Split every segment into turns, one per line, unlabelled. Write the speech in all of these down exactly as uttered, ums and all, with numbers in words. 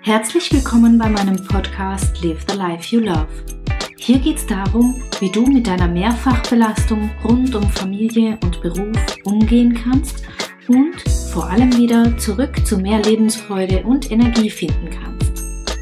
Herzlich willkommen bei meinem Podcast Live the Life You Love. Hier geht es darum, wie du mit deiner Mehrfachbelastung rund um Familie und Beruf umgehen kannst und vor allem wieder zurück zu mehr Lebensfreude und Energie finden kannst.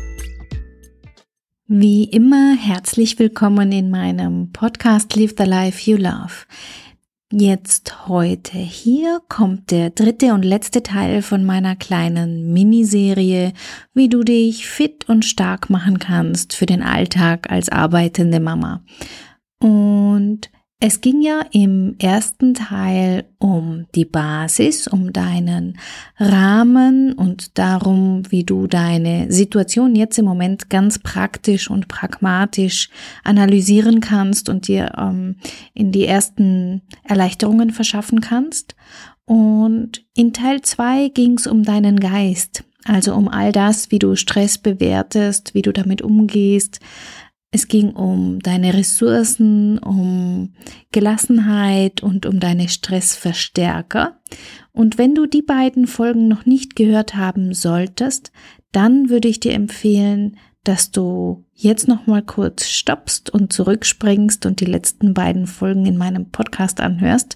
Wie immer herzlich willkommen in meinem Podcast Live the Life You Love. Jetzt heute hier kommt der dritte und letzte Teil von meiner kleinen Miniserie, wie du dich fit und stark machen kannst für den Alltag als arbeitende Mama. Und es ging ja im ersten Teil um die Basis, um deinen Rahmen und darum, wie du deine Situation jetzt im Moment ganz praktisch und pragmatisch analysieren kannst und dir ähm, in die ersten Erleichterungen verschaffen kannst. Und in Teil zwei ging es um deinen Geist, also um all das, wie du Stress bewertest, wie du damit umgehst. Es ging um deine Ressourcen, um Gelassenheit und um deine Stressverstärker. Und wenn du die beiden Folgen noch nicht gehört haben solltest, dann würde ich dir empfehlen, dass du jetzt noch mal kurz stoppst und zurückspringst und die letzten beiden Folgen in meinem Podcast anhörst.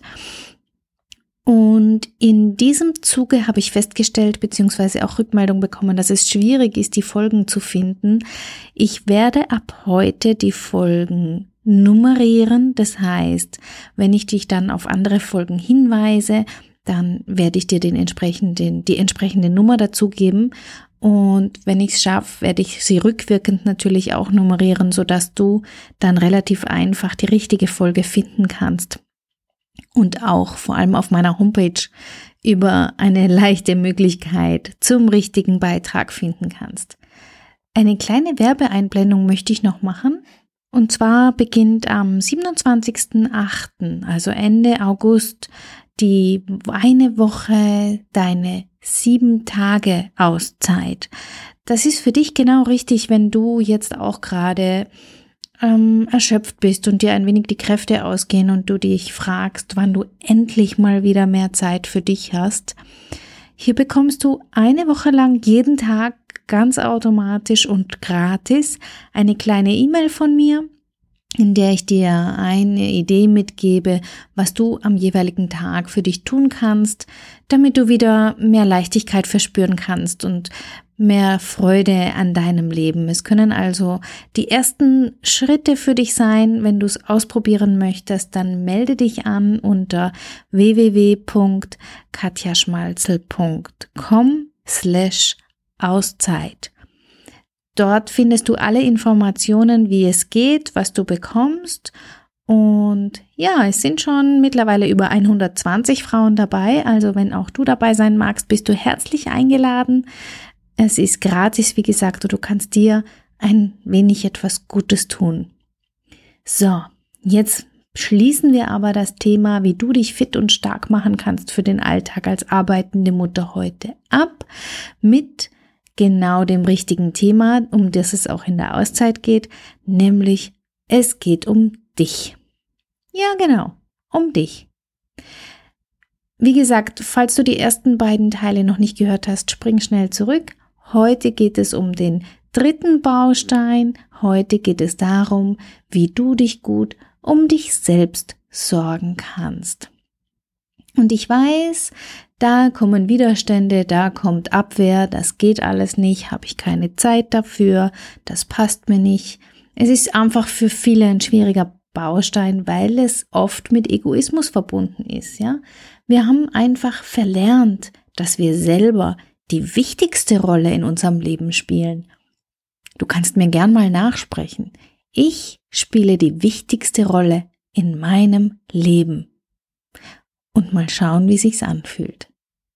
Und in diesem Zuge habe ich festgestellt, beziehungsweise auch Rückmeldung bekommen, dass es schwierig ist, die Folgen zu finden. Ich werde ab heute die Folgen nummerieren. Das heißt, wenn ich dich dann auf andere Folgen hinweise, dann werde ich dir den entsprechenden, die entsprechende Nummer dazugeben. Und wenn ich es schaffe, werde ich sie rückwirkend natürlich auch nummerieren, sodass du dann relativ einfach die richtige Folge finden kannst. Und auch vor allem auf meiner Homepage über eine leichte Möglichkeit zum richtigen Beitrag finden kannst. Eine kleine Werbeeinblendung möchte ich noch machen. Und zwar beginnt am siebenundzwanzigsten achten, also Ende August, die eine Woche deine sieben Tage Auszeit. Das ist für dich genau richtig, wenn du jetzt auch gerade Ähm, erschöpft bist und dir ein wenig die Kräfte ausgehen und du dich fragst, wann du endlich mal wieder mehr Zeit für dich hast. Hier bekommst du eine Woche lang jeden Tag ganz automatisch und gratis eine kleine E-Mail von mir, in der ich dir eine Idee mitgebe, was du am jeweiligen Tag für dich tun kannst, damit du wieder mehr Leichtigkeit verspüren kannst und mehr Freude an deinem Leben. Es können also die ersten Schritte für dich sein. Wenn du es ausprobieren möchtest, dann melde dich an unter w w w punkt katjaschmalzel punkt com slash Auszeit. Dort findest du alle Informationen, wie es geht, was du bekommst. Und ja, es sind schon mittlerweile über hundertzwanzig Frauen dabei. Also wenn auch du dabei sein magst, bist du herzlich eingeladen. Es ist gratis, wie gesagt, und du kannst dir ein wenig etwas Gutes tun. So, jetzt schließen wir aber das Thema, wie du dich fit und stark machen kannst für den Alltag als arbeitende Mutter heute ab mit genau dem richtigen Thema, um das es auch in der Auszeit geht, nämlich es geht um dich. Ja, genau, um dich. Wie gesagt, falls du die ersten beiden Teile noch nicht gehört hast, spring schnell zurück. Heute geht es um den dritten Baustein. Heute geht es darum, wie du dich gut um dich selbst sorgen kannst. Und ich weiß, da kommen Widerstände, da kommt Abwehr, das geht alles nicht, habe ich keine Zeit dafür, das passt mir nicht. Es ist einfach für viele ein schwieriger Baustein, weil es oft mit Egoismus verbunden ist, ja. Wir haben einfach verlernt, dass wir selber die wichtigste Rolle in unserem Leben spielen. Du kannst mir gern mal nachsprechen. Ich spiele die wichtigste Rolle in meinem Leben. Und mal schauen, wie sich's anfühlt.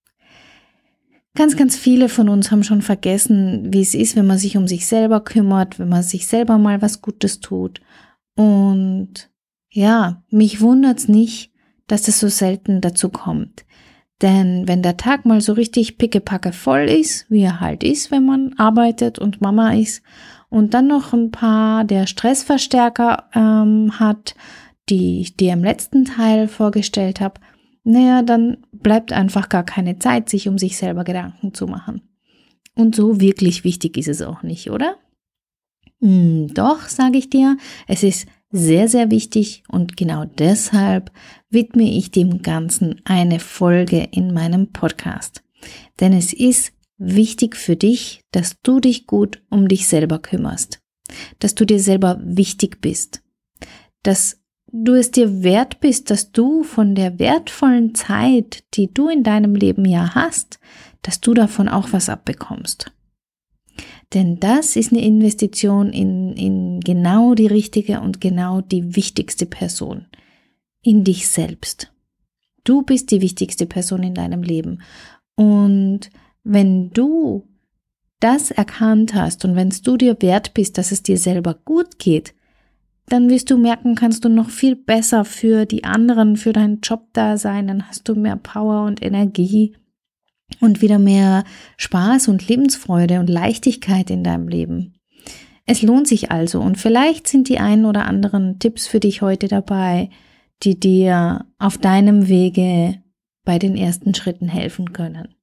Ganz, ganz viele von uns haben schon vergessen, wie es ist, wenn man sich um sich selber kümmert, wenn man sich selber mal was Gutes tut. Und ja, mich wundert's nicht, dass es so selten dazu kommt. Denn wenn der Tag mal so richtig pickepacke voll ist, wie er halt ist, wenn man arbeitet und Mama ist, und dann noch ein paar der Stressverstärker ähm, hat, die ich dir im letzten Teil vorgestellt habe, naja, dann bleibt einfach gar keine Zeit, sich um sich selber Gedanken zu machen. Und so wirklich wichtig ist es auch nicht, oder? Hm, doch, sage ich dir, es ist sehr, sehr wichtig und genau deshalb widme ich dem Ganzen eine Folge in meinem Podcast. Denn es ist wichtig für dich, dass du dich gut um dich selber kümmerst, dass du dir selber wichtig bist, dass du es dir wert bist, dass du von der wertvollen Zeit, die du in deinem Leben ja hast, dass du davon auch was abbekommst. Denn das ist eine Investition in, in genau die richtige und genau die wichtigste Person, in dich selbst. Du bist die wichtigste Person in deinem Leben. Und wenn du das erkannt hast und wenn du dir wert bist, dass es dir selber gut geht, dann wirst du merken, kannst du noch viel besser für die anderen, für deinen Job da sein, dann hast du mehr Power und Energie und wieder mehr Spaß und Lebensfreude und Leichtigkeit in deinem Leben. Es lohnt sich also und vielleicht sind die ein oder anderen Tipps für dich heute dabei, die dir auf deinem Wege bei den ersten Schritten helfen können.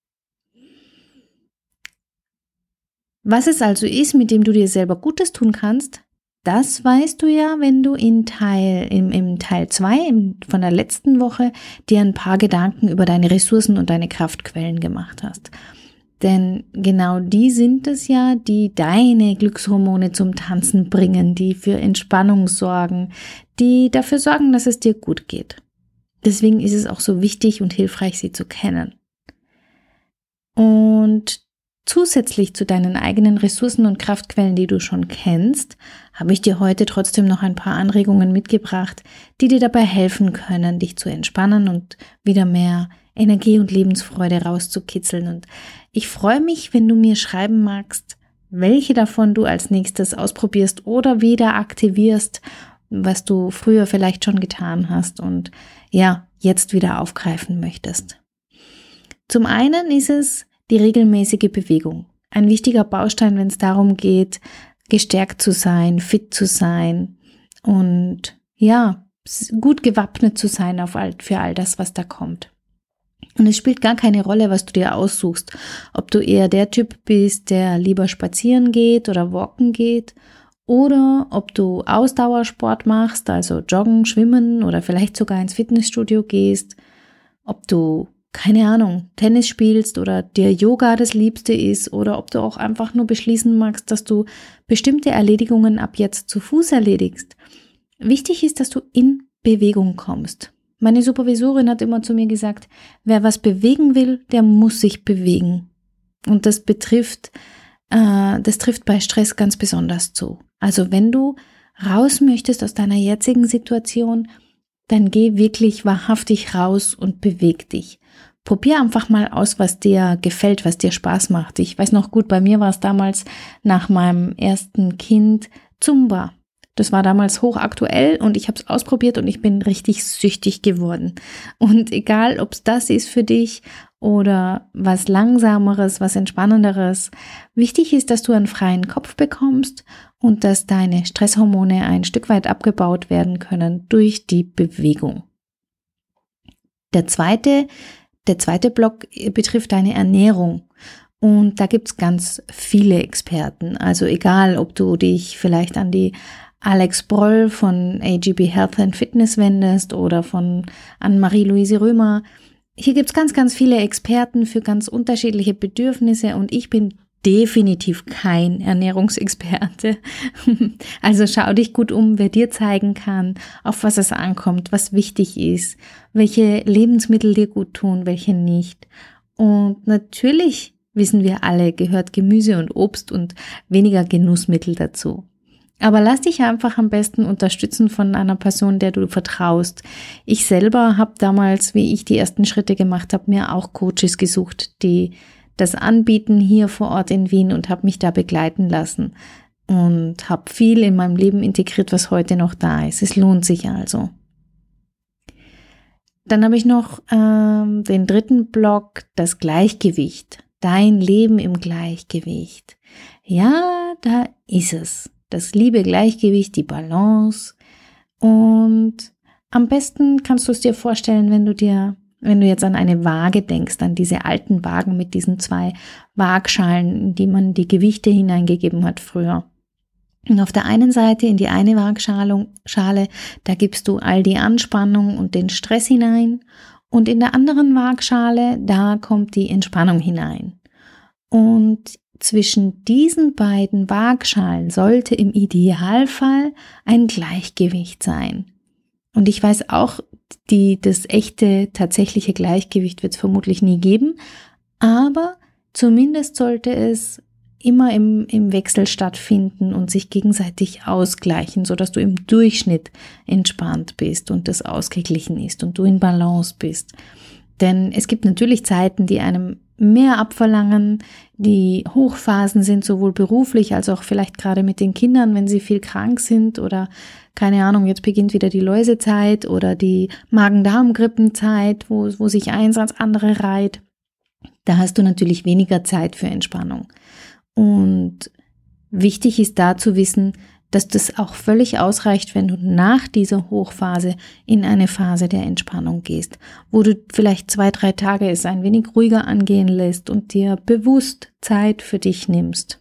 Was es also ist, mit dem du dir selber Gutes tun kannst, das weißt du ja, wenn du in Teil, im, im Teil zwei von der letzten Woche dir ein paar Gedanken über deine Ressourcen und deine Kraftquellen gemacht hast. Denn genau die sind es ja, die deine Glückshormone zum Tanzen bringen, die für Entspannung sorgen, die dafür sorgen, dass es dir gut geht. Deswegen ist es auch so wichtig und hilfreich, sie zu kennen. Und zusätzlich zu deinen eigenen Ressourcen und Kraftquellen, die du schon kennst, habe ich dir heute trotzdem noch ein paar Anregungen mitgebracht, die dir dabei helfen können, dich zu entspannen und wieder mehr Energie und Lebensfreude rauszukitzeln. Und ich freue mich, wenn du mir schreiben magst, welche davon du als nächstes ausprobierst oder wieder aktivierst, was du früher vielleicht schon getan hast und ja, jetzt wieder aufgreifen möchtest. Zum einen ist es die regelmäßige Bewegung. Ein wichtiger Baustein, wenn es darum geht, gestärkt zu sein, fit zu sein und ja, gut gewappnet zu sein auf all, für all das, was da kommt. Und es spielt gar keine Rolle, was du dir aussuchst, ob du eher der Typ bist, der lieber spazieren geht oder walken geht oder ob du Ausdauersport machst, also joggen, schwimmen oder vielleicht sogar ins Fitnessstudio gehst, ob du keine Ahnung, Tennis spielst oder dir Yoga das Liebste ist oder ob du auch einfach nur beschließen magst, dass du bestimmte Erledigungen ab jetzt zu Fuß erledigst. Wichtig ist, dass du in Bewegung kommst. Meine Supervisorin hat immer zu mir gesagt, wer was bewegen will, der muss sich bewegen. Und das betrifft, äh, das trifft bei Stress ganz besonders zu. Also wenn du raus möchtest aus deiner jetzigen Situation, dann geh wirklich wahrhaftig raus und beweg dich. Probier einfach mal aus, was dir gefällt, was dir Spaß macht. Ich weiß noch gut, bei mir war es damals nach meinem ersten Kind Zumba. Das war damals hochaktuell und ich habe es ausprobiert und ich bin richtig süchtig geworden. Und egal, ob es das ist für dich oder was Langsameres, was Entspannenderes, wichtig ist, dass du einen freien Kopf bekommst und dass deine Stresshormone ein Stück weit abgebaut werden können durch die Bewegung. Der zweite Der zweite Block betrifft deine Ernährung und da gibt's ganz viele Experten. Also egal, ob du dich vielleicht an die Alex Broll von A G B Health and Fitness wendest oder von an Marie-Louise Römer. Hier gibt's ganz, ganz viele Experten für ganz unterschiedliche Bedürfnisse und ich bin definitiv kein Ernährungsexperte. Also schau dich gut um, wer dir zeigen kann, auf was es ankommt, was wichtig ist, welche Lebensmittel dir gut tun, welche nicht. Und natürlich wissen wir alle, gehört Gemüse und Obst und weniger Genussmittel dazu. Aber lass dich einfach am besten unterstützen von einer Person, der du vertraust. Ich selber habe damals, wie ich die ersten Schritte gemacht habe, mir auch Coaches gesucht, die das anbieten hier vor Ort in Wien und habe mich da begleiten lassen und habe viel in meinem Leben integriert, was heute noch da ist. Es lohnt sich also. Dann habe ich noch ähm, den dritten Block, das Gleichgewicht. Dein Leben im Gleichgewicht. Ja, da ist es. Das liebe Gleichgewicht, die Balance. Und am besten kannst du es dir vorstellen, wenn du dir Wenn du jetzt an eine Waage denkst, an diese alten Wagen mit diesen zwei Waagschalen, in die man die Gewichte hineingegeben hat früher. Und auf der einen Seite in die eine Waagschale, Schale, da gibst du all die Anspannung und den Stress hinein. Und in der anderen Waagschale, da kommt die Entspannung hinein. Und zwischen diesen beiden Waagschalen sollte im Idealfall ein Gleichgewicht sein. Und ich weiß auch, die, das echte, tatsächliche Gleichgewicht wird es vermutlich nie geben, aber zumindest sollte es immer im, im Wechsel stattfinden und sich gegenseitig ausgleichen, sodass du im Durchschnitt entspannt bist und das ausgeglichen ist und du in Balance bist. Denn es gibt natürlich Zeiten, die einem mehr abverlangen, die Hochphasen sind, sowohl beruflich als auch vielleicht gerade mit den Kindern, wenn sie viel krank sind oder keine Ahnung, jetzt beginnt wieder die Läusezeit oder die Magen-Darm-Grippenzeit, wo, wo sich eins ans andere reiht. Da hast du natürlich weniger Zeit für Entspannung. Und wichtig ist da zu wissen, dass das auch völlig ausreicht, wenn du nach dieser Hochphase in eine Phase der Entspannung gehst, wo du vielleicht zwei, drei Tage es ein wenig ruhiger angehen lässt und dir bewusst Zeit für dich nimmst.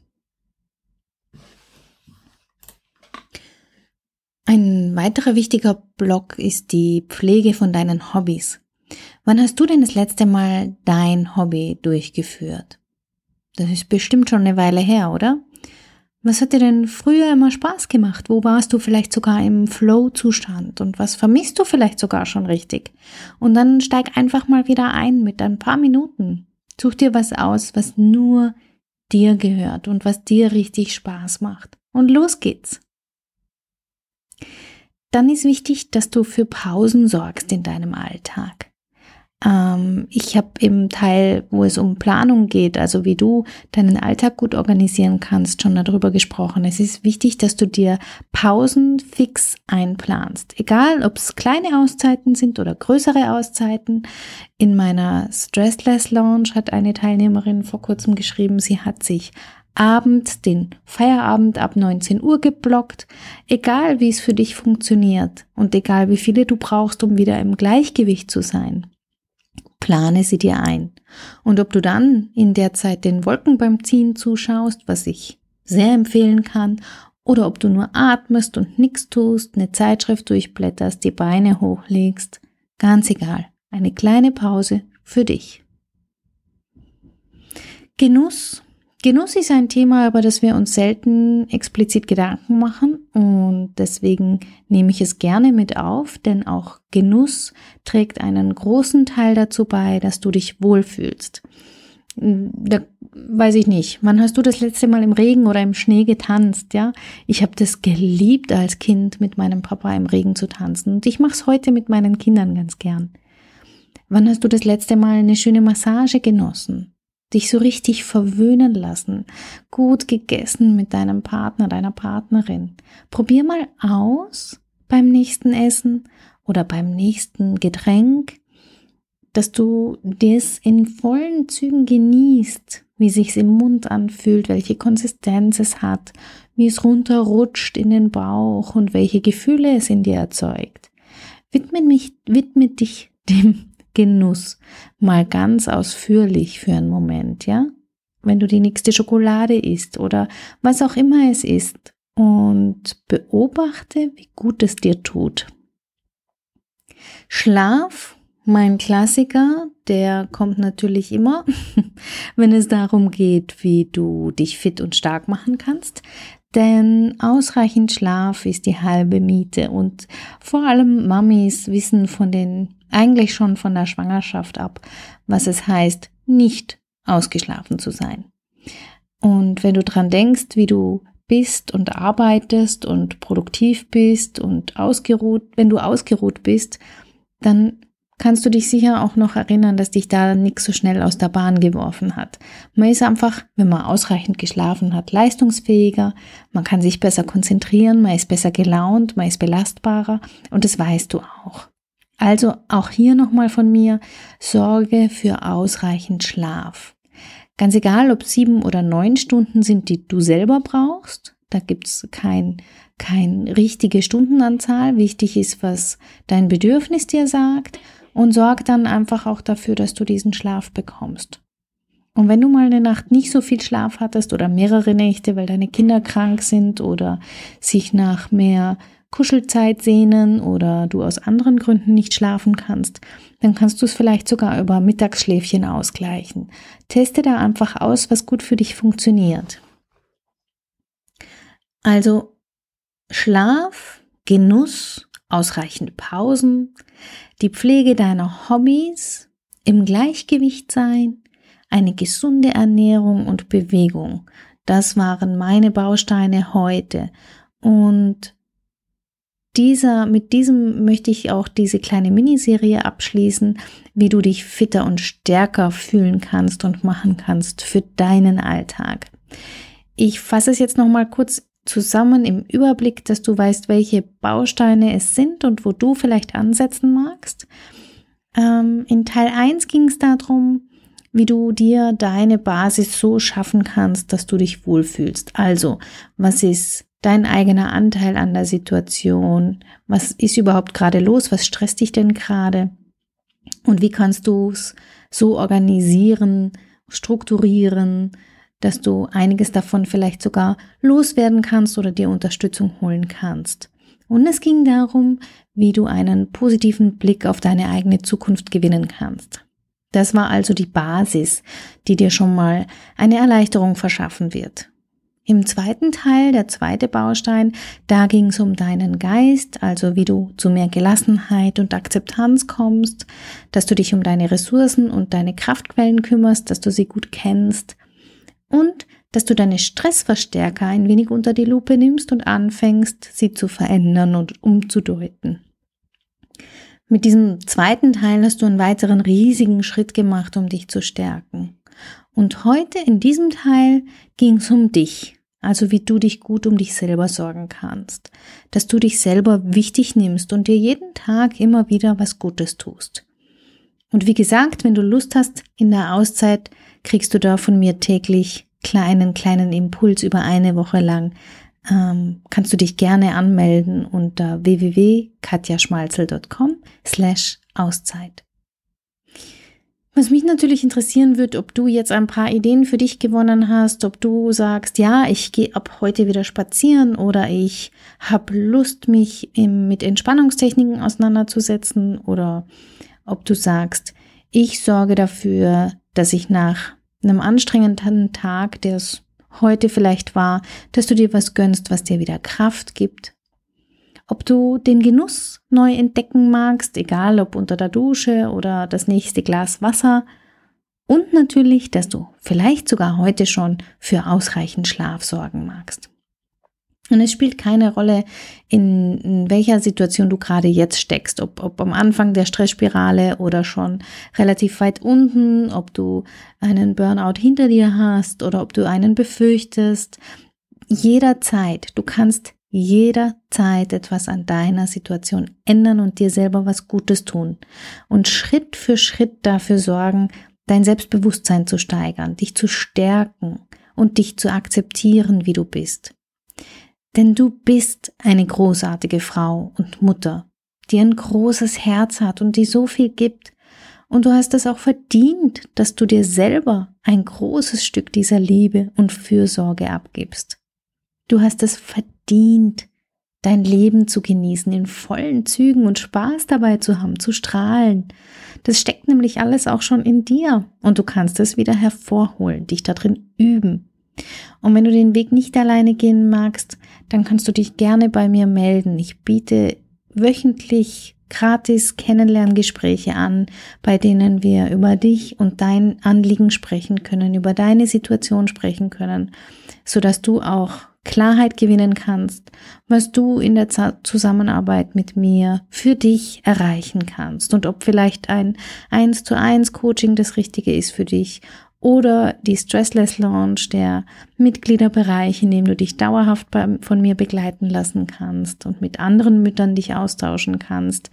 Ein weiterer wichtiger Block ist die Pflege von deinen Hobbys. Wann hast du denn das letzte Mal dein Hobby durchgeführt? Das ist bestimmt schon eine Weile her, oder? Was hat dir denn früher immer Spaß gemacht? Wo warst du vielleicht sogar im Flow-Zustand? Und was vermisst du vielleicht sogar schon richtig? Und dann steig einfach mal wieder ein mit ein paar Minuten. Such dir was aus, was nur dir gehört und was dir richtig Spaß macht. Und los geht's. Dann ist wichtig, dass du für Pausen sorgst in deinem Alltag. Ähm, ich habe im Teil, wo es um Planung geht, also wie du deinen Alltag gut organisieren kannst, schon darüber gesprochen. Es ist wichtig, dass du dir Pausen fix einplanst. Egal, ob es kleine Auszeiten sind oder größere Auszeiten. In meiner Stressless Lounge hat eine Teilnehmerin vor kurzem geschrieben, sie hat sich abends den Feierabend ab neunzehn Uhr geblockt, egal wie es für dich funktioniert und egal wie viele du brauchst, um wieder im Gleichgewicht zu sein. Plane sie dir ein. Und ob du dann in der Zeit den Wolken beim Ziehen zuschaust, was ich sehr empfehlen kann, oder ob du nur atmest und nichts tust, eine Zeitschrift durchblätterst, die Beine hochlegst, ganz egal. Eine kleine Pause für dich. Genuss. Genuss ist ein Thema, über das wir uns selten explizit Gedanken machen und deswegen nehme ich es gerne mit auf, denn auch Genuss trägt einen großen Teil dazu bei, dass du dich wohlfühlst. Da weiß ich nicht, wann hast du das letzte Mal im Regen oder im Schnee getanzt? Ja, ich habe das geliebt als Kind mit meinem Papa im Regen zu tanzen und ich mache es heute mit meinen Kindern ganz gern. Wann hast du das letzte Mal eine schöne Massage genossen? Dich so richtig verwöhnen lassen, gut gegessen mit deinem Partner, deiner Partnerin. Probier mal aus beim nächsten Essen oder beim nächsten Getränk, dass du das in vollen Zügen genießt, wie sich's im Mund anfühlt, welche Konsistenz es hat, wie es runterrutscht in den Bauch und welche Gefühle es in dir erzeugt. Widme mich, widme dich dem Genuss mal ganz ausführlich für einen Moment, ja? Wenn du die nächste Schokolade isst oder was auch immer es ist und beobachte, wie gut es dir tut. Schlaf, mein Klassiker, der kommt natürlich immer, wenn es darum geht, wie du dich fit und stark machen kannst. Denn ausreichend Schlaf ist die halbe Miete und vor allem Mamis wissen von den, eigentlich schon von der Schwangerschaft ab, was es heißt, nicht ausgeschlafen zu sein. Und wenn du dran denkst, wie du bist und arbeitest und produktiv bist und ausgeruht, wenn du ausgeruht bist, dann kannst du dich sicher auch noch erinnern, dass dich da nichts so schnell aus der Bahn geworfen hat. Man ist einfach, wenn man ausreichend geschlafen hat, leistungsfähiger, man kann sich besser konzentrieren, man ist besser gelaunt, man ist belastbarer und das weißt du auch. Also auch hier nochmal von mir, sorge für ausreichend Schlaf. Ganz egal, ob sieben oder neun Stunden sind, die du selber brauchst, da gibt's kein, kein richtige Stundenanzahl. Wichtig ist, was dein Bedürfnis dir sagt. und sorg dann einfach auch dafür, dass du diesen Schlaf bekommst. Und wenn du mal eine Nacht nicht so viel Schlaf hattest oder mehrere Nächte, weil deine Kinder krank sind oder sich nach mehr Kuschelzeit sehnen oder du aus anderen Gründen nicht schlafen kannst, dann kannst du es vielleicht sogar über Mittagsschläfchen ausgleichen. Teste da einfach aus, was gut für dich funktioniert. Also Schlaf, Genuss, ausreichende Pausen, die Pflege deiner Hobbys, im Gleichgewicht sein, eine gesunde Ernährung und Bewegung. Das waren meine Bausteine heute. Und dieser, mit diesem möchte ich auch diese kleine Miniserie abschließen, wie du dich fitter und stärker fühlen kannst und machen kannst für deinen Alltag. Ich fasse es jetzt nochmal kurz zusammen im Überblick, dass du weißt, welche Bausteine es sind und wo du vielleicht ansetzen magst. Ähm, in Teil eins ging es darum, wie du dir deine Basis so schaffen kannst, dass du dich wohlfühlst. Also, was ist dein eigener Anteil an der Situation? Was ist überhaupt gerade los? Was stresst dich denn gerade? Und wie kannst du es so organisieren, strukturieren, dass du einiges davon vielleicht sogar loswerden kannst oder dir Unterstützung holen kannst? Und es ging darum, wie du einen positiven Blick auf deine eigene Zukunft gewinnen kannst. Das war also die Basis, die dir schon mal eine Erleichterung verschaffen wird. Im zweiten Teil, der zweite Baustein, da ging es um deinen Geist, also wie du zu mehr Gelassenheit und Akzeptanz kommst, dass du dich um deine Ressourcen und deine Kraftquellen kümmerst, dass du sie gut kennst und dass du deine Stressverstärker ein wenig unter die Lupe nimmst und anfängst, sie zu verändern und umzudeuten. Mit diesem zweiten Teil hast du einen weiteren riesigen Schritt gemacht, um dich zu stärken. Und heute in diesem Teil ging es um dich, also wie du dich gut um dich selber sorgen kannst, dass du dich selber wichtig nimmst und dir jeden Tag immer wieder was Gutes tust. Und wie gesagt, wenn du Lust hast, in der Auszeit kriegst du da von mir täglich kleinen, kleinen Impuls über eine Woche lang. Ähm, kannst du dich gerne anmelden unter w w w punkt katjaschmalzel punkt com slash Auszeit. Was mich natürlich interessieren wird, ob du jetzt ein paar Ideen für dich gewonnen hast, ob du sagst, ja, ich gehe ab heute wieder spazieren oder ich habe Lust, mich im, mit Entspannungstechniken auseinanderzusetzen oder ob du sagst, ich sorge dafür, dass ich nach einem anstrengenden Tag, der es heute vielleicht war, dass du dir was gönnst, was dir wieder Kraft gibt. Ob du den Genuss neu entdecken magst, egal ob unter der Dusche oder das nächste Glas Wasser. Und natürlich, dass du vielleicht sogar heute schon für ausreichend Schlaf sorgen magst. Und es spielt keine Rolle, in, in welcher Situation du gerade jetzt steckst, ob, ob am Anfang der Stressspirale oder schon relativ weit unten, ob du einen Burnout hinter dir hast oder ob du einen befürchtest. Jederzeit, du kannst jederzeit etwas an deiner Situation ändern und dir selber was Gutes tun und Schritt für Schritt dafür sorgen, dein Selbstbewusstsein zu steigern, dich zu stärken und dich zu akzeptieren, wie du bist. Denn du bist eine großartige Frau und Mutter, die ein großes Herz hat und die so viel gibt. Und du hast es auch verdient, dass du dir selber ein großes Stück dieser Liebe und Fürsorge abgibst. Du hast es verdient, dein Leben zu genießen, in vollen Zügen und Spaß dabei zu haben, zu strahlen. Das steckt nämlich alles auch schon in dir und du kannst es wieder hervorholen, dich darin üben. Und wenn du den Weg nicht alleine gehen magst, dann kannst du dich gerne bei mir melden. Ich biete wöchentlich gratis Kennenlerngespräche an, bei denen wir über dich und dein Anliegen sprechen können, über deine Situation sprechen können, sodass du auch Klarheit gewinnen kannst, was du in der Zusammenarbeit mit mir für dich erreichen kannst und ob vielleicht ein eins zu eins Coaching das Richtige ist für dich oder die Stressless Lounge, der Mitgliederbereich, in dem du dich dauerhaft bei, von mir begleiten lassen kannst und mit anderen Müttern dich austauschen kannst.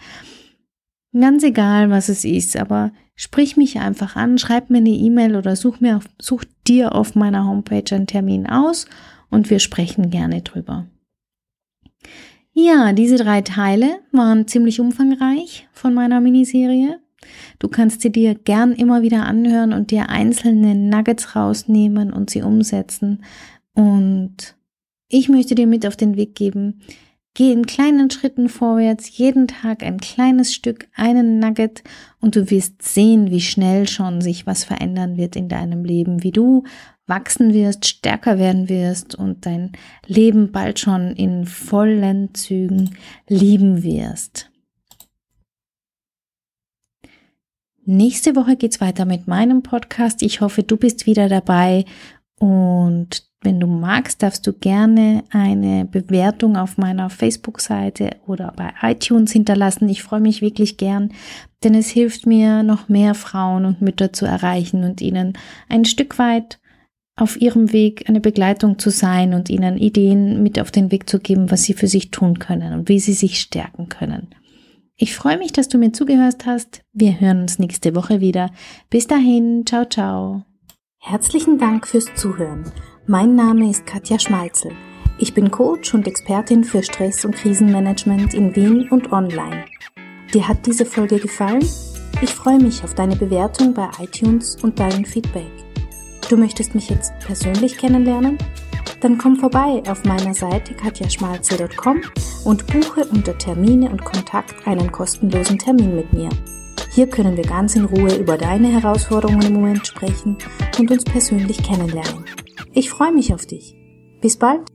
Ganz egal, was es ist, aber sprich mich einfach an, schreib mir eine E-Mail oder such mir, auf, such dir auf meiner Homepage einen Termin aus und wir sprechen gerne drüber. Ja, diese drei Teile waren ziemlich umfangreich von meiner Miniserie. Du kannst sie dir gern immer wieder anhören und dir einzelne Nuggets rausnehmen und sie umsetzen. Und ich möchte dir mit auf den Weg geben, geh in kleinen Schritten vorwärts, jeden Tag ein kleines Stück, einen Nugget und du wirst sehen, wie schnell schon sich was verändern wird in deinem Leben, wie du wachsen wirst, stärker werden wirst und dein Leben bald schon in vollen Zügen lieben wirst. Nächste Woche geht's weiter mit meinem Podcast. Ich hoffe, du bist wieder dabei und wenn du magst, darfst du gerne eine Bewertung auf meiner Facebook-Seite oder bei iTunes hinterlassen. Ich freue mich wirklich gern, denn es hilft mir, noch mehr Frauen und Mütter zu erreichen und ihnen ein Stück weit auf ihrem Weg eine Begleitung zu sein und ihnen Ideen mit auf den Weg zu geben, was sie für sich tun können und wie sie sich stärken können. Ich freue mich, dass du mir zugehört hast. Wir hören uns nächste Woche wieder. Bis dahin, ciao, ciao.
Herzlichen Dank fürs Zuhören. Mein Name ist Katja Schmalzel. Ich bin Coach und Expertin für Stress- und Krisenmanagement in Wien und online. Dir hat diese Folge gefallen? Ich freue mich auf deine Bewertung bei iTunes und dein Feedback. Du möchtest mich jetzt persönlich kennenlernen? Dann komm vorbei auf meiner Seite katja schmalzel punkt com und buche unter Termine und Kontakt einen kostenlosen Termin mit mir. Hier können wir ganz in Ruhe über deine Herausforderungen im Moment sprechen und uns persönlich kennenlernen. Ich freue mich auf dich. Bis bald!